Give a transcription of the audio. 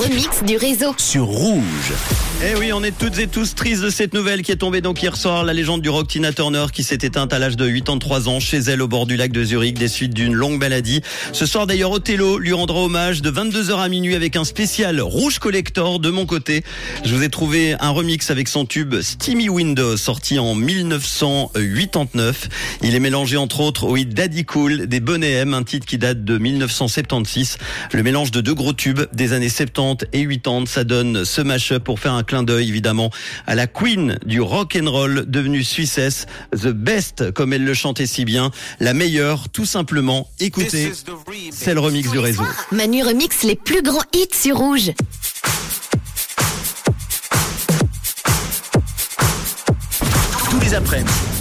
remix du réseau. Sur Rouge. Eh oui, on est toutes et tous tristes de cette nouvelle qui est tombée donc hier soir. La légende du rock Tina Turner qui s'est éteinte à l'âge de 83 ans chez elle au bord du lac de Zurich des suites d'une longue maladie. Ce soir d'ailleurs, Othello lui rendra hommage de 22h à minuit avec un spécial Rouge Collector de mon côté. Je vous ai trouvé un remix avec son tube Steamy Windows sorti en 1989. Il est mélangé entre autres au hit Daddy Cool des Boney M, un titre qui date de 1976. Le mélange de deux gros tubes des années 70 et 80, ça donne ce mash-up pour faire un clin d'œil évidemment à la queen du rock and roll devenue Suissesse, the best comme elle le chantait si bien, la meilleure tout simplement. Écoutez, c'est le remix du réseau. Manu remix les plus grands hits sur Rouge. Tous les après-midi,